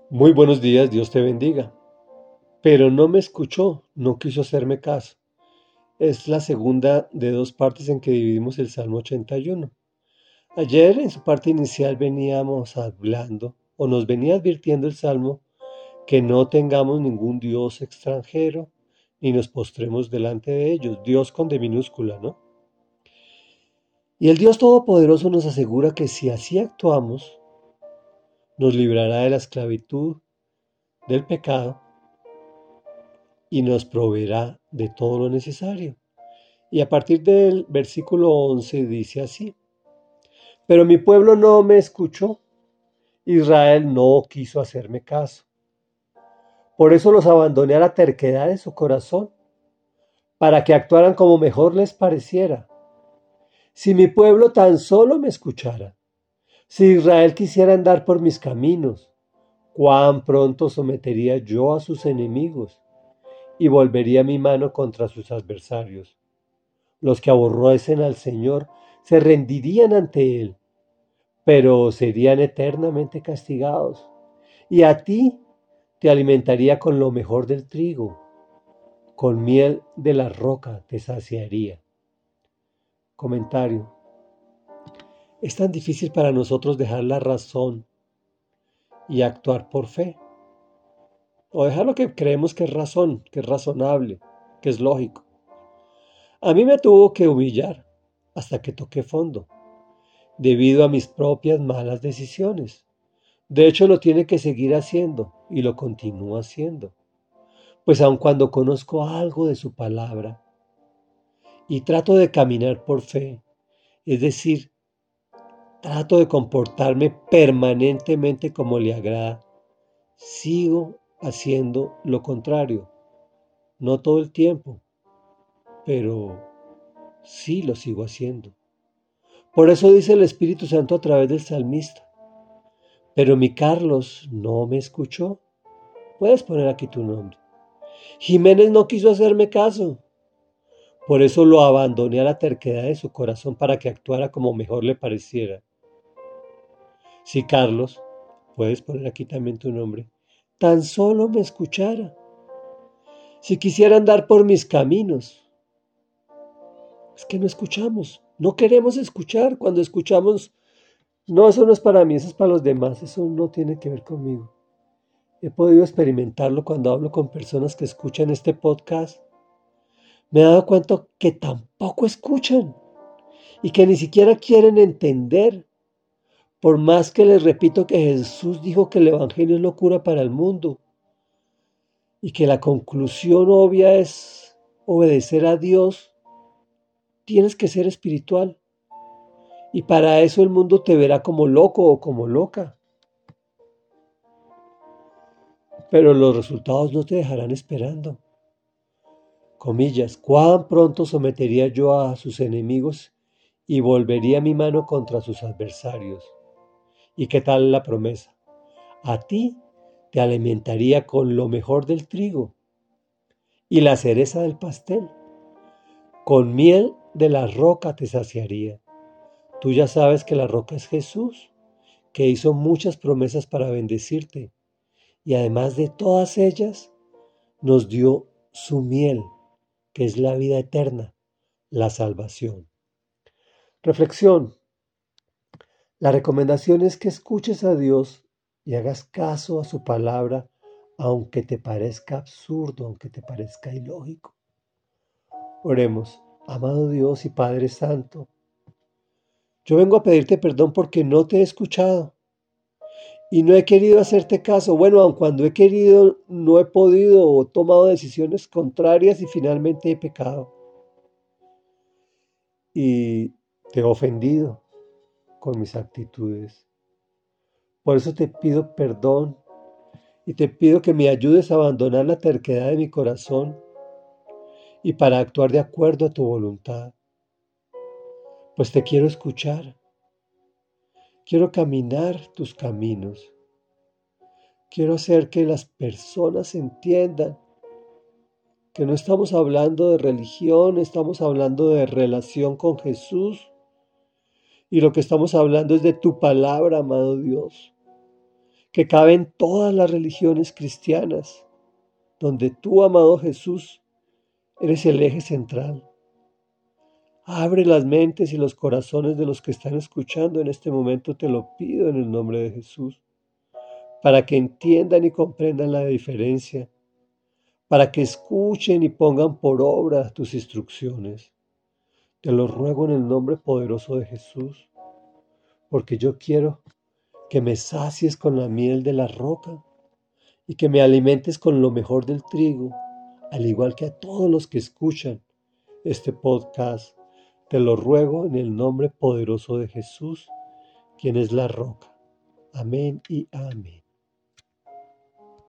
Muy buenos días, Dios te bendiga. Pero no me escuchó, no quiso hacerme caso. Es la segunda de dos partes en que dividimos el Salmo 81. Ayer en su parte inicial veníamos hablando, o nos venía advirtiendo el Salmo, que no tengamos ningún Dios extranjero, ni nos postremos delante de ellos. Dios con D minúscula, ¿no? Y el Dios Todopoderoso nos asegura que si así actuamos, nos librará de la esclavitud, del pecado, y nos proveerá de todo lo necesario. Y a partir del versículo 11 dice así: pero mi pueblo no me escuchó, Israel no quiso hacerme caso. Por eso los abandoné a la terquedad de su corazón, para que actuaran como mejor les pareciera. Si mi pueblo tan solo me escuchara, si Israel quisiera andar por mis caminos, cuán pronto sometería yo a sus enemigos y volvería mi mano contra sus adversarios. Los que aborrecen al Señor se rendirían ante Él, pero serían eternamente castigados. Y a ti te alimentaría con lo mejor del trigo, con miel de la roca te saciaría. Comentario. Es tan difícil para nosotros dejar la razón y actuar por fe, o dejar lo que creemos que es razón, que es razonable, que es lógico. A mí me tuvo que humillar hasta que toqué fondo, debido a mis propias malas decisiones. De hecho, lo tiene que seguir haciendo y lo continúa haciendo, pues aun cuando conozco algo de su palabra y trato de caminar por fe, es decir, trato de comportarme permanentemente como le agrada, sigo haciendo lo contrario. No todo el tiempo, pero sí lo sigo haciendo. Por eso dice el Espíritu Santo a través del salmista: pero mi Carlos no me escuchó. Puedes poner aquí tu nombre. Jiménez no quiso hacerme caso. Por eso lo abandoné a la terquedad de su corazón para que actuara como mejor le pareciera. Si Carlos, puedes poner aquí también tu nombre, tan solo me escuchara. Si quisiera andar por mis caminos. Es que no escuchamos, no queremos escuchar. Cuando escuchamos, no, eso no es para mí, eso es para los demás, eso no tiene que ver conmigo. He podido experimentarlo cuando hablo con personas que escuchan este podcast. Me he dado cuenta que tampoco escuchan y que ni siquiera quieren entender. Por más que les repito que Jesús dijo que el Evangelio es locura para el mundo y que la conclusión obvia es obedecer a Dios, tienes que ser espiritual. Y para eso el mundo te verá como loco o como loca. Pero los resultados no te dejarán esperando. Comillas, cuán pronto sometería yo a sus enemigos y volvería mi mano contra sus adversarios. ¿Y qué tal la promesa? A ti te alimentaría con lo mejor del trigo y la cereza del pastel. Con miel de la roca te saciaría. Tú ya sabes que la roca es Jesús, que hizo muchas promesas para bendecirte, y además de todas ellas, nos dio su miel, que es la vida eterna, la salvación. Reflexión. La recomendación es que escuches a Dios y hagas caso a su palabra, aunque te parezca absurdo, aunque te parezca ilógico. Oremos. Amado Dios y Padre Santo, yo vengo a pedirte perdón porque no te he escuchado y no he querido hacerte caso. Bueno, aun cuando he querido, no he podido o he tomado decisiones contrarias y finalmente he pecado. Y te he ofendido con mis actitudes. Por eso te pido perdón y te pido que me ayudes a abandonar la terquedad de mi corazón y para actuar de acuerdo a tu voluntad. Pues te quiero escuchar, quiero caminar tus caminos, quiero hacer que las personas entiendan que no estamos hablando de religión, estamos hablando de relación con Jesús y lo que estamos hablando es de tu palabra, amado Dios. que caben todas las religiones cristianas, donde tú, amado Jesús, eres el eje central. Abre las mentes y los corazones de los que están escuchando en este momento, te lo pido en el nombre de Jesús, para que entiendan y comprendan la diferencia, para que escuchen y pongan por obra tus instrucciones. Te lo ruego en el nombre poderoso de Jesús, porque yo quiero que me sacies con la miel de la roca y que me alimentes con lo mejor del trigo, al igual que a todos los que escuchan este podcast. Te lo ruego en el nombre poderoso de Jesús, quien es la roca. Amén y amén.